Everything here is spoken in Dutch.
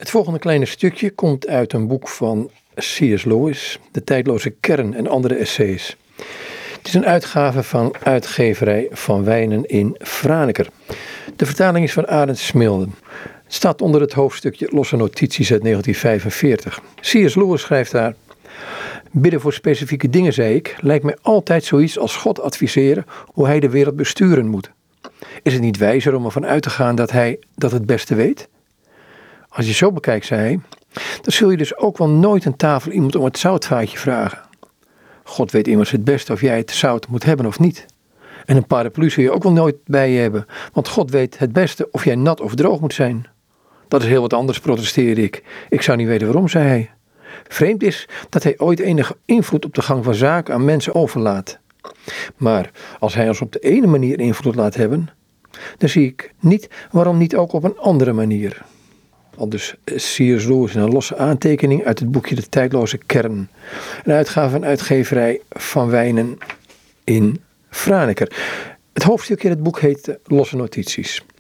Het volgende kleine stukje komt uit een boek van C.S. Lewis, De tijdloze kern en andere essays. Het is een uitgave van uitgeverij Van Wijnen in Franeker. De vertaling is van Arend Smilde. Het staat onder het hoofdstukje Losse notities uit 1945. C.S. Lewis schrijft daar: bidden voor specifieke dingen, zei ik, lijkt mij altijd zoiets als God adviseren hoe hij de wereld besturen moet. Is het niet wijzer om ervan uit te gaan dat hij dat het beste weet? Als je zo bekijkt, zei hij, dan zul je dus ook wel nooit aan tafel iemand om het zoutvaatje vragen. God weet immers het beste of jij het zout moet hebben of niet. En een paraplu zul je ook wel nooit bij je hebben, want God weet het beste of jij nat of droog moet zijn. Dat is heel wat anders, protesteerde ik. Ik zou niet weten waarom, zei hij. Vreemd is dat hij ooit enige invloed op de gang van zaken aan mensen overlaat. Maar als hij ons op de ene manier invloed laat hebben, dan zie ik niet waarom niet ook op een andere manier. Aldus C.S. Lewis in een losse aantekening uit het boekje De tijdloze kern. Een uitgave van uitgeverij Van Wijnen in Franeker. Het hoofdstukje in het boek heet Losse notities.